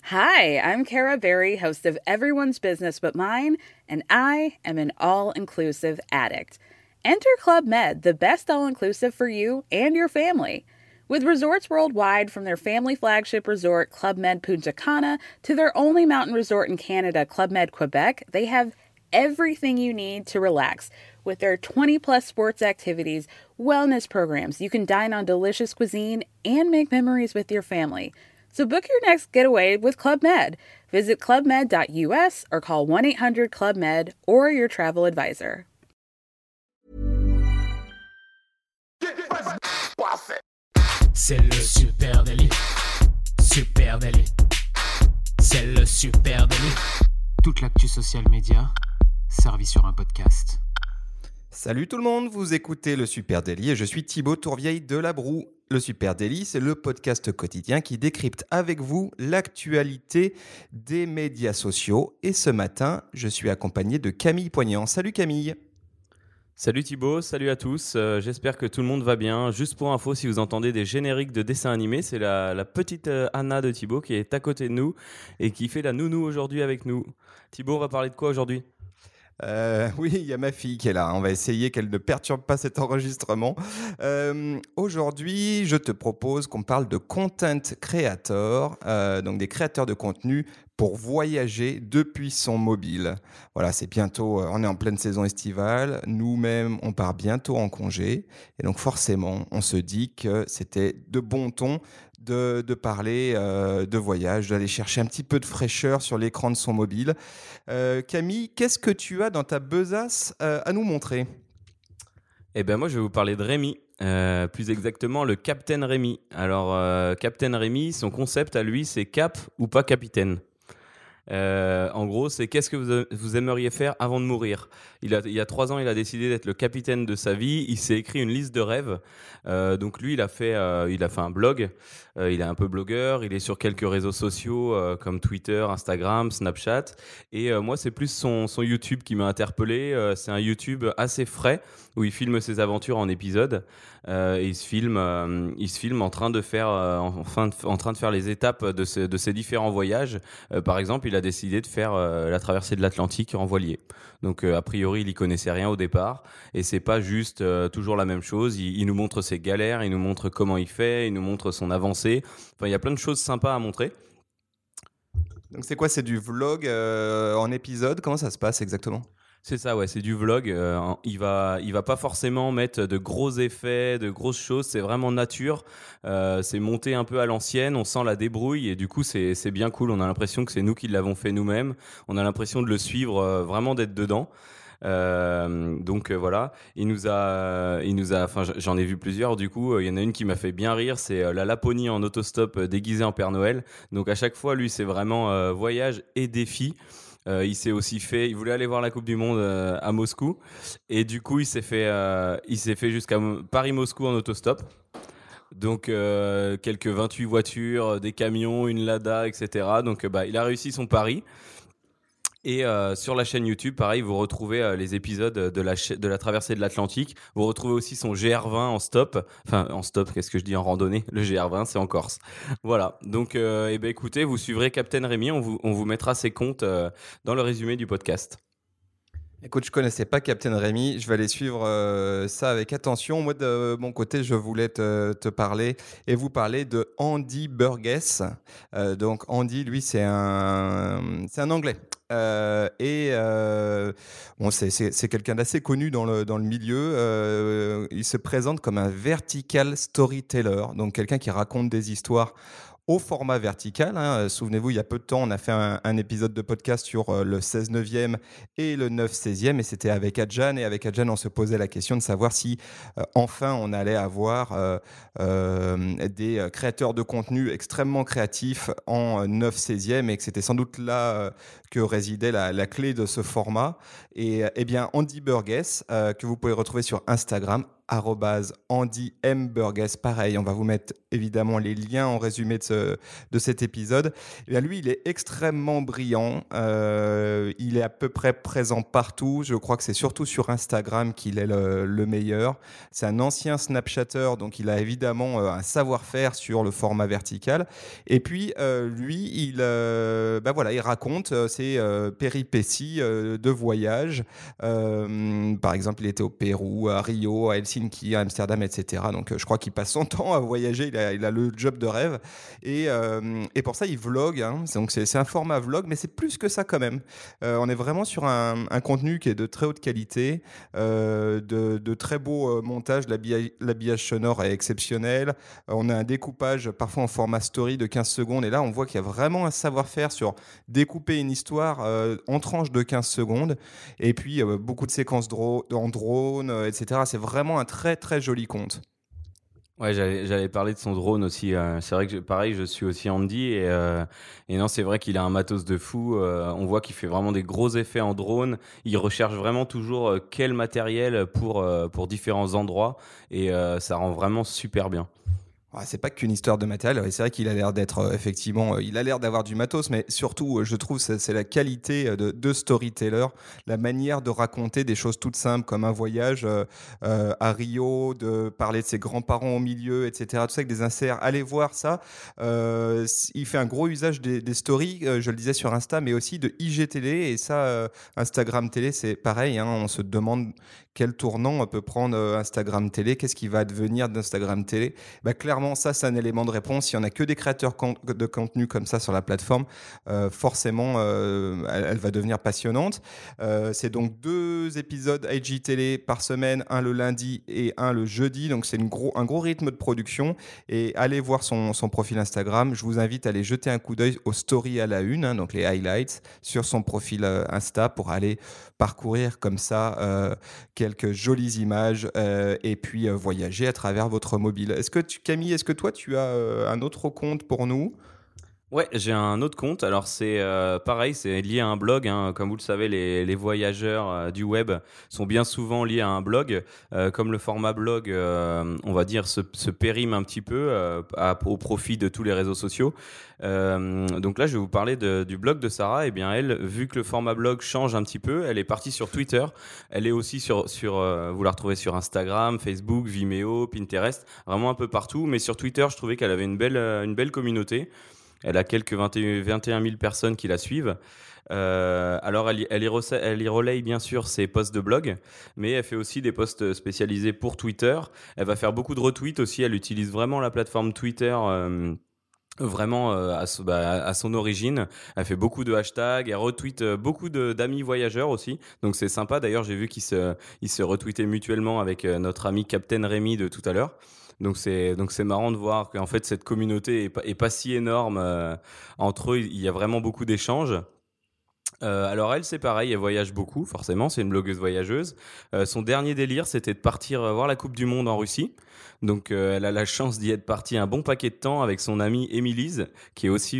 Hi, I'm Kara Berry, host of Everyone's Business But Mine, and I am an all-inclusive addict. Enter Club Med, the best all-inclusive for you and your family. With resorts worldwide, from their family flagship resort, Club Med Punta Cana, to their only mountain resort in Canada, Club Med Quebec, they have everything you need to relax. With their 20-plus sports activities, wellness programs, you can dine on delicious cuisine and make memories with your family. So book your next getaway with Club Med. Visit clubmed.us or call 1-800-CLUB-MED or your travel advisor. C'est le super délit. Super délit. C'est le super délit. Toute l'actu social média servie sur un podcast. Salut tout le monde, vous écoutez le Super Daily et je suis Thibaut Tourvieille de La Broue. Le Super Daily, c'est le podcast quotidien qui décrypte avec vous l'actualité des médias sociaux. Et ce matin, je suis accompagné de Camille Poignant. Salut Camille. Salut Thibaut, salut à tous, j'espère que tout le monde va bien. Juste pour info, si vous entendez des génériques de dessins animés, c'est la petite Anna de Thibaut qui est à côté de nous et qui fait la nounou aujourd'hui avec nous. Thibaut, on va parler de quoi aujourd'hui ? Oui, il y a ma fille qui est là. On va essayer qu'elle ne perturbe pas cet enregistrement. Aujourd'hui, je te propose qu'on parle de content creator, donc des créateurs de contenu pour voyager depuis son mobile. Voilà, c'est bientôt, on est en pleine saison estivale. Nous-mêmes, on part bientôt en congé. Et donc forcément, on se dit que c'était de bon ton de parler de voyage, d'aller chercher un petit peu de fraîcheur sur l'écran de son mobile. Camille, qu'est-ce que tu as dans ta besace à nous montrer ? Eh bien moi je vais vous parler de Rémi, plus exactement le Captain Rémi. Alors Captain Rémi, son concept à lui c'est cap ou pas capitaine. En gros, c'est qu'est-ce que vous aimeriez faire avant de mourir. Il y a 3 ans, il a décidé d'être le capitaine de sa vie. Il s'est écrit une liste de rêves. Donc lui, il a fait un blog. Il est un peu blogueur. Il est sur quelques réseaux sociaux comme Twitter, Instagram, Snapchat. Et moi, c'est plus son YouTube qui m'a interpellé. C'est un YouTube assez frais où il filme ses aventures en épisodes. Et il se filme en train de faire, en train de faire les étapes de ses différents voyages. Par exemple, il a décidé de faire la traversée de l'Atlantique en voilier. Donc a priori, il y connaissait rien au départ et c'est pas juste toujours la même chose. Il nous montre ses galères, il nous montre comment il fait, il nous montre son avancée. Enfin, il y a plein de choses sympas à montrer. Donc c'est quoi ? C'est du vlog en épisode ? Comment ça se passe exactement ? C'est ça, ouais, c'est du vlog. Il va pas forcément mettre de gros effets, de grosses choses. C'est vraiment nature. C'est monté un peu à l'ancienne. On sent la débrouille et du coup, c'est bien cool. On a l'impression que c'est nous qui l'avons fait nous-mêmes. On a l'impression de le suivre, vraiment d'être dedans. Donc voilà, il nous a, enfin j'en ai vu plusieurs. Du coup, il y en a une qui m'a fait bien rire. C'est la Laponie en autostop déguisée en Père Noël. Donc à chaque fois, lui, c'est vraiment voyage et défi. Il voulait aller voir la Coupe du Monde à Moscou et du coup il s'est fait jusqu'à Paris-Moscou en autostop. Donc quelques 28 voitures, des camions, une Lada, etc. Donc il a réussi son pari. Et sur la chaîne YouTube, pareil, vous retrouvez les épisodes de la traversée de l'Atlantique. Vous retrouvez aussi son GR20 en stop. Enfin, en stop, qu'est-ce que je dis en randonnée ? Le GR20, c'est en Corse. Voilà. Donc, écoutez, vous suivrez Captain Rémi. On vous mettra ses comptes dans le résumé du podcast. Écoute, je connaissais pas Captain Rémi, je vais aller suivre ça avec attention. Moi, de mon côté, je voulais te parler et vous parler de Andy Burgess. Donc, Andy, lui, c'est un Anglais. C'est quelqu'un d'assez connu dans le milieu. Il se présente comme un vertical storyteller, donc quelqu'un qui raconte des histoires au format vertical. Souvenez-vous, il y a peu de temps, on a fait un épisode de podcast sur le 16/9e et le 9/16e, et c'était avec Adjan. Et avec Adjan, on se posait la question de savoir si enfin on allait avoir des créateurs de contenu extrêmement créatifs en 9/16e, et que c'était sans doute là que résidait la clé de ce format. Et bien, Andy Burgess, que vous pouvez retrouver sur Instagram, @AndyMburgess. Pareil, on va vous mettre évidemment les liens en résumé de cet épisode. Et bien, lui, il est extrêmement brillant. Il est à peu près présent partout. Je crois que c'est surtout sur Instagram qu'il est le meilleur. C'est un ancien Snapchatter, donc il a évidemment un savoir-faire sur le format vertical. Et puis, lui, il raconte ses péripéties de voyage. Par exemple, il était au Pérou, à Rio, à Helsinki, à Amsterdam, etc. Donc, je crois qu'il passe son temps à voyager. Il a le job de rêve. Et pour ça, il vlog. Hein. Donc, c'est un format vlog, mais c'est plus que ça quand même. On est vraiment sur un contenu qui est de très haute qualité, de très beaux montages. L'habillage sonore est exceptionnel. On a un découpage parfois en format story de 15 secondes. Et là, on voit qu'il y a vraiment un savoir-faire sur découper une histoire en tranches de 15 secondes. Et puis, beaucoup de séquences en drone, etc. C'est vraiment un très, très joli compte. Ouais, j'avais parlé de son drone aussi. C'est vrai que pareil, je suis aussi Andy et non, c'est vrai qu'il a un matos de fou. On voit qu'il fait vraiment des gros effets en drone. Il recherche vraiment toujours quel matériel pour différents endroits et ça rend vraiment super bien. C'est pas qu'une histoire de matériel. C'est vrai qu'il a l'air d'être effectivement, il a l'air d'avoir du matos, mais surtout, je trouve, c'est la qualité de storyteller, la manière de raconter des choses toutes simples comme un voyage à Rio, de parler de ses grands-parents au milieu, etc. Tout ça avec des inserts. Allez voir ça. Il fait un gros usage des stories, je le disais sur Insta, mais aussi de IGTV. Et ça, Instagram télé, c'est pareil. Hein, on se demande quel tournant peut prendre Instagram télé, qu'est-ce qui va advenir d'Instagram télé. Clairement, ça, c'est un élément de réponse. Il n'y en a que des créateurs de contenu comme ça sur la plateforme. Forcément, elle va devenir passionnante. C'est donc 2 épisodes IGTV par semaine, un le lundi et un le jeudi. Donc, c'est un gros rythme de production. Et allez voir son profil Instagram. Je vous invite à aller jeter un coup d'œil aux stories à la une, hein, donc les highlights, sur son profil Insta pour aller parcourir comme ça quelques jolies images et puis voyager à travers votre mobile. Camille, est-ce que toi, tu as un autre compte pour nous ? Ouais, j'ai un autre compte. Alors c'est pareil, c'est lié à un blog. Hein. Comme vous le savez, les voyageurs du web sont bien souvent liés à un blog. Comme le format blog, on va dire, se périme un petit peu au profit de tous les réseaux sociaux. Donc là, je vais vous parler du blog de Sarah. Eh bien, elle, vu que le format blog change un petit peu, elle est partie sur Twitter. Elle est aussi sur vous la retrouvez sur Instagram, Facebook, Vimeo, Pinterest, vraiment un peu partout. Mais sur Twitter, je trouvais qu'elle avait une belle communauté. Elle a quelques 21 000 personnes qui la suivent. Alors, elle y relaye bien sûr ses posts de blog, mais elle fait aussi des posts spécialisés pour Twitter. Elle va faire beaucoup de retweets aussi. Elle utilise vraiment la plateforme Twitter vraiment à son origine. Elle fait beaucoup de hashtags. Elle retweet beaucoup d'amis voyageurs aussi. Donc, c'est sympa. D'ailleurs, j'ai vu qu'ils se retweetaient mutuellement avec notre ami Captain Rémi de tout à l'heure. Donc c'est marrant de voir qu'en fait cette communauté est pas si énorme entre eux. Il y a vraiment beaucoup d'échanges. Alors elle, c'est pareil, elle voyage beaucoup, forcément, c'est une blogueuse voyageuse. Son dernier délire, c'était de partir voir la Coupe du Monde en Russie. Donc elle a la chance d'y être partie un bon paquet de temps avec son amie Émilise, qui est aussi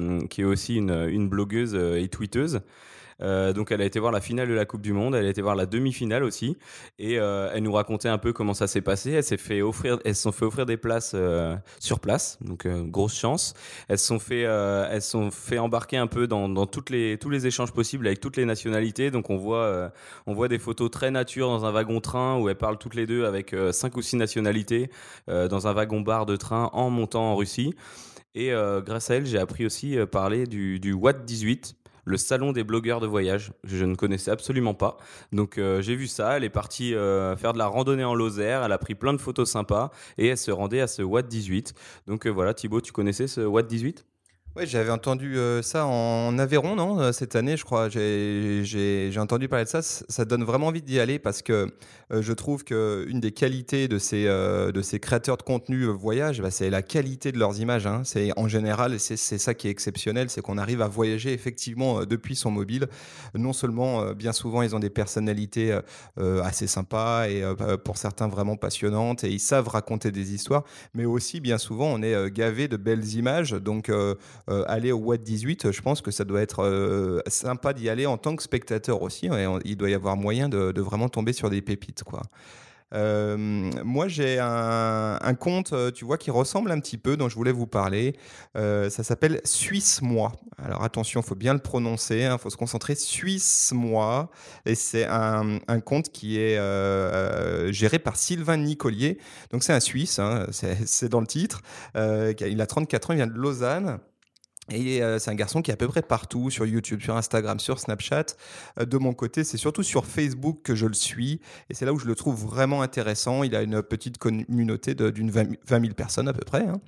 une blogueuse et tweeteuse. Donc elle a été voir la finale de la Coupe du Monde, elle a été voir la demi-finale aussi, et elle nous racontait un peu comment ça s'est passé. Elles se sont fait offrir des places sur place, donc grosse chance. Elles se sont fait embarquer un peu dans tous les échanges possibles avec toutes les nationalités. Donc on voit des photos très nature dans un wagon-train où elles parlent toutes les deux avec 5 ou 6 nationalités dans un wagon-bar de train en montant en Russie. Et grâce à elle, j'ai appris aussi parler du Watt 18, le salon des blogueurs de voyage. Je ne connaissais absolument pas. Donc j'ai vu ça, elle est partie faire de la randonnée en Lozère, elle a pris plein de photos sympas et elle se rendait à ce Watt 18. Donc voilà, Thibaut, tu connaissais ce Watt 18 ? Oui, j'avais entendu ça en Aveyron, non, cette année, je crois. J'ai entendu parler de ça. Ça donne vraiment envie d'y aller parce que je trouve qu'une des qualités de ces créateurs de contenu voyage, c'est la qualité de leurs images. Hein. En général, c'est ça qui est exceptionnel, c'est qu'on arrive à voyager effectivement depuis son mobile. Non seulement, bien souvent, ils ont des personnalités assez sympas et pour certains vraiment passionnantes et ils savent raconter des histoires, mais aussi, bien souvent, on est gavé de belles images. Donc, aller au Watt 18, je pense que ça doit être sympa d'y aller en tant que spectateur aussi. Il doit y avoir moyen de vraiment tomber sur des pépites, quoi. Moi, j'ai un compte, tu vois, qui ressemble un petit peu, dont je voulais vous parler. Ça s'appelle Suisse Moi. Alors attention, il faut bien le prononcer, il faut se concentrer. Suisse Moi. Et c'est un compte qui est géré par Sylvain Nicolier. Donc c'est un Suisse, hein, c'est dans le titre. Il a 34 ans, il vient de Lausanne. Et c'est un garçon qui est à peu près partout, sur YouTube, sur Instagram, sur Snapchat. De mon côté, c'est surtout sur Facebook que je le suis. Et c'est là où je le trouve vraiment intéressant. Il a une petite communauté d'une 20 000 personnes à peu près, hein.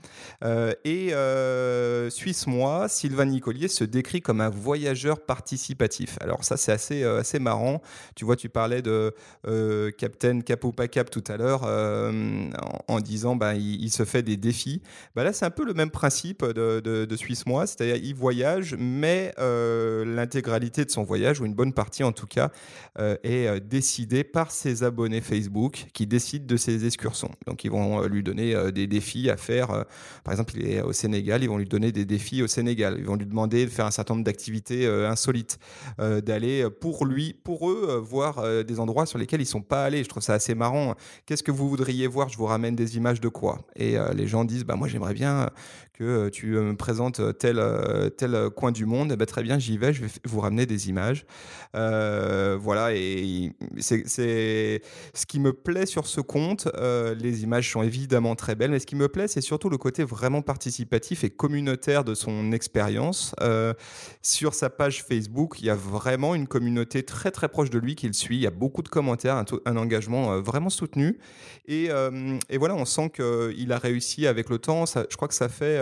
Suisse Moi, Sylvain Nicolier se décrit comme un voyageur participatif. Alors ça, c'est assez marrant. Tu vois, tu parlais de Captain Cap ou pas Cap tout à l'heure, en disant il se fait des défis. Là, c'est un peu le même principe de Suisse Moi. C'est-à-dire il voyage, mais l'intégralité de son voyage, ou une bonne partie en tout cas, est décidée par ses abonnés Facebook qui décident de ses excursions. Donc ils vont lui donner des défis à faire. Par exemple, il est au Sénégal, ils vont lui donner des défis au Sénégal. Ils vont lui demander de faire un certain nombre d'activités insolites, d'aller pour eux, voir des endroits sur lesquels ils ne sont pas allés. Je trouve ça assez marrant. Qu'est-ce que vous voudriez voir ? Je vous ramène des images de quoi ? Et les gens disent, moi j'aimerais bien que tu me présentes tel coin du monde. Très bien, j'y vais, je vais vous ramener des images. Voilà, et c'est ce qui me plaît sur ce compte. Les images sont évidemment très belles, mais ce qui me plaît, c'est surtout le côté vraiment participatif et communautaire de son expérience. Sur sa page Facebook, il y a vraiment une communauté très très proche de lui qui le suit. Il y a beaucoup de commentaires, un engagement vraiment soutenu. Et voilà, on sent qu'il a réussi avec le temps. Je crois que ça fait...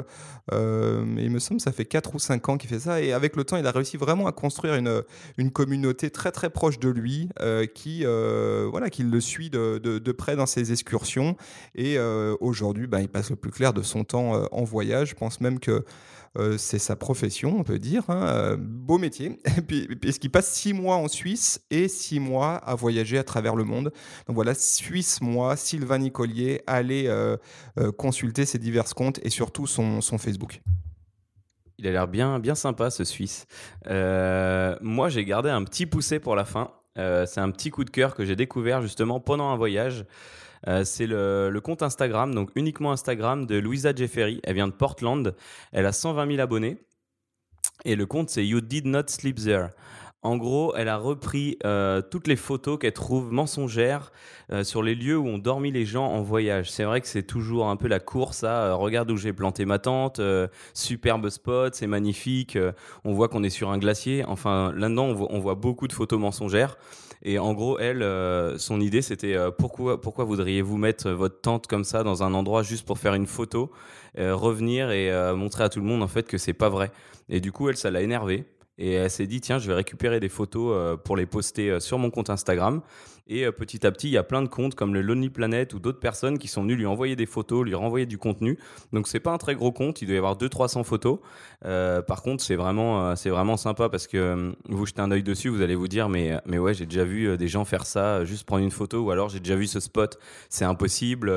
il me semble que ça fait 4 ou 5 ans qu'il fait ça, et avec le temps il a réussi vraiment à construire une communauté très très proche de lui, qui le suit de près dans ses excursions, et aujourd'hui il passe le plus clair de son temps en voyage. Je pense même que c'est sa profession, on peut dire, hein. Beau métier. Et puis, puisqu'il passe 6 mois en Suisse et 6 mois à voyager à travers le monde. Donc voilà, Suisse Moi, Sylvain Nicolier, allez consulter ses divers comptes et surtout son Facebook. Il a l'air bien, bien sympa, ce Suisse. Moi, j'ai gardé un petit poussé pour la fin. C'est un petit coup de cœur que j'ai découvert justement pendant un voyage. C'est le compte Instagram, donc uniquement Instagram, de Louisa Jefferi. Elle vient de Portland. Elle a 120 000 abonnés. Et le compte, c'est You Did Not Sleep There. En gros, elle a repris toutes les photos qu'elle trouve mensongères sur les lieux où ont dormi les gens en voyage. C'est vrai que c'est toujours un peu la course à regarde où j'ai planté ma tente, superbe spot, c'est magnifique, on voit qu'on est sur un glacier. Enfin, là-dedans, on voit beaucoup de photos mensongères. Et en gros, elle, son idée, c'était pourquoi voudriez-vous mettre votre tente comme ça dans un endroit juste pour faire une photo, revenir et montrer à tout le monde en fait que c'est pas vrai. Et du coup, elle, ça l'a énervée. Et elle s'est dit, tiens, je vais récupérer des photos pour les poster sur mon compte Instagram. Et petit à petit, il y a plein de comptes comme le Lonely Planet ou d'autres personnes qui sont venues lui envoyer des photos, lui renvoyer du contenu. Donc, c'est pas un très gros compte. Il doit y avoir 200-300 photos. Par contre, c'est vraiment sympa parce que vous jetez un œil dessus, vous allez vous dire, mais ouais, j'ai déjà vu des gens faire ça, juste prendre une photo, ou alors j'ai déjà vu ce spot. C'est impossible.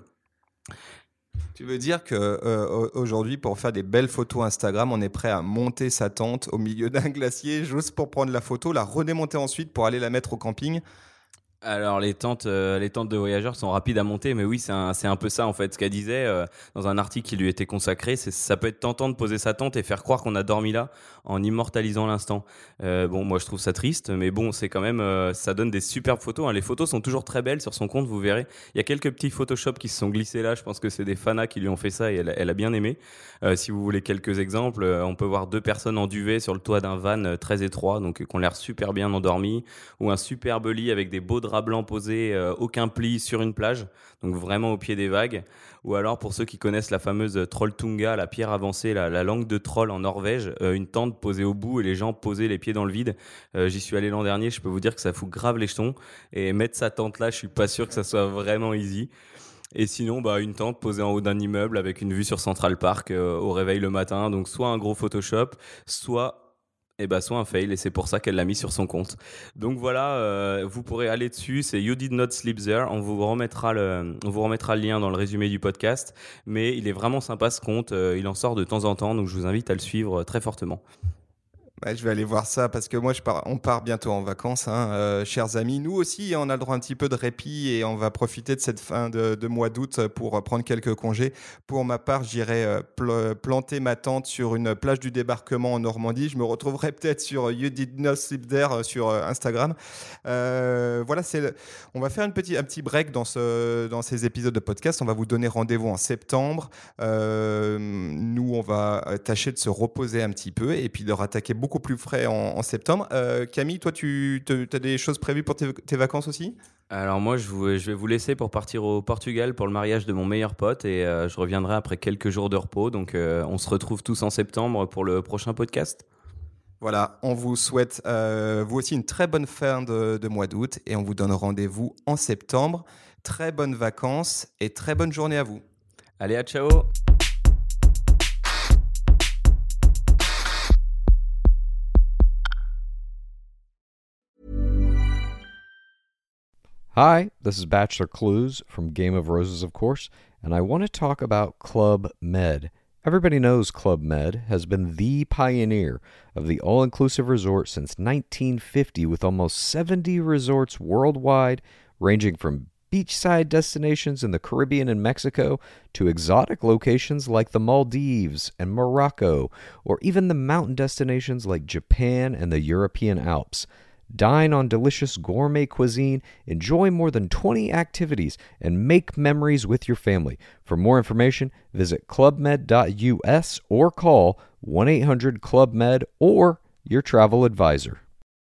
Tu veux dire qu'aujourd'hui, pour faire des belles photos Instagram, on est prêt à monter sa tente au milieu d'un glacier juste pour prendre la photo, la redémonter ensuite pour aller la mettre au camping? Alors les tentes de voyageurs sont rapides à monter, mais oui, c'est un peu ça en fait. Ce qu'elle disait dans un article qui lui était consacré, ça peut être tentant de poser sa tente et faire croire qu'on a dormi là en immortalisant l'instant. Bon, moi je trouve ça triste, mais bon, c'est quand même, ça donne des superbes photos, hein. Les photos sont toujours très belles sur son compte, vous verrez. Il y a quelques petits Photoshop qui se sont glissés là. Je pense que c'est des fanas qui lui ont fait ça et elle a bien aimé. Si vous voulez quelques exemples, on peut voir 2 personnes en duvet sur le toit d'un van très étroit, donc qui ont l'air super bien endormis, ou un superbe lit avec des beaux draps blanc posé, aucun pli sur une plage, donc vraiment au pied des vagues. Ou alors pour ceux qui connaissent la fameuse Trolltunga, la pierre avancée, la langue de troll en Norvège, une tente posée au bout et les gens posaient les pieds dans le vide. J'y suis allé l'an dernier, je peux vous dire que ça fout grave les jetons, et mettre sa tente là, je suis pas sûr que ça soit vraiment easy. Et sinon, une tente posée en haut d'un immeuble avec une vue sur Central Park au réveil le matin, donc soit un gros Photoshop, soit un fail, et c'est pour ça qu'elle l'a mis sur son compte. Donc voilà, vous pourrez aller dessus, c'est You Did Not Sleep There. On vous remettra le lien dans le résumé du podcast, mais il est vraiment sympa ce compte, il en sort de temps en temps, donc je vous invite à le suivre très fortement. Ouais, je vais aller voir ça parce que moi, on part bientôt en vacances, hein, chers amis. Nous aussi, on a le droit un petit peu de répit et on va profiter de cette fin de mois d'août pour prendre quelques congés. Pour ma part, j'irai planter ma tente sur une plage du débarquement en Normandie. Je me retrouverai peut-être sur You Did Not Sleep There sur Instagram. Voilà, on va faire un petit break dans ces épisodes de podcast. On va vous donner rendez-vous en septembre. Nous, on va tâcher de se reposer un petit peu et puis de rattaquer beaucoup plus frais en septembre. Camille, toi, tu as des choses prévues pour tes vacances aussi ? Alors moi, je vais vous laisser pour partir au Portugal pour le mariage de mon meilleur pote et je reviendrai après quelques jours de repos. Donc on se retrouve tous en septembre pour le prochain podcast. Voilà, on vous souhaite vous aussi une très bonne fin de mois d'août et on vous donne rendez-vous en septembre. Très bonnes vacances et très bonne journée à vous. Allez, à ciao. Hi, this is Bachelor Clues from Game of Roses, of course, and I want to talk about Club Med. Everybody knows Club Med has been the pioneer of the all-inclusive resort since 1950, with almost 70 resorts worldwide, ranging from beachside destinations in the Caribbean and Mexico to exotic locations like the Maldives and Morocco, or even the mountain destinations like Japan and the European Alps. Dine on delicious gourmet cuisine, enjoy more than 20 activities, and make memories with your family. For more information, visit clubmed.us or call 1-800-CLUB-MED or your travel advisor.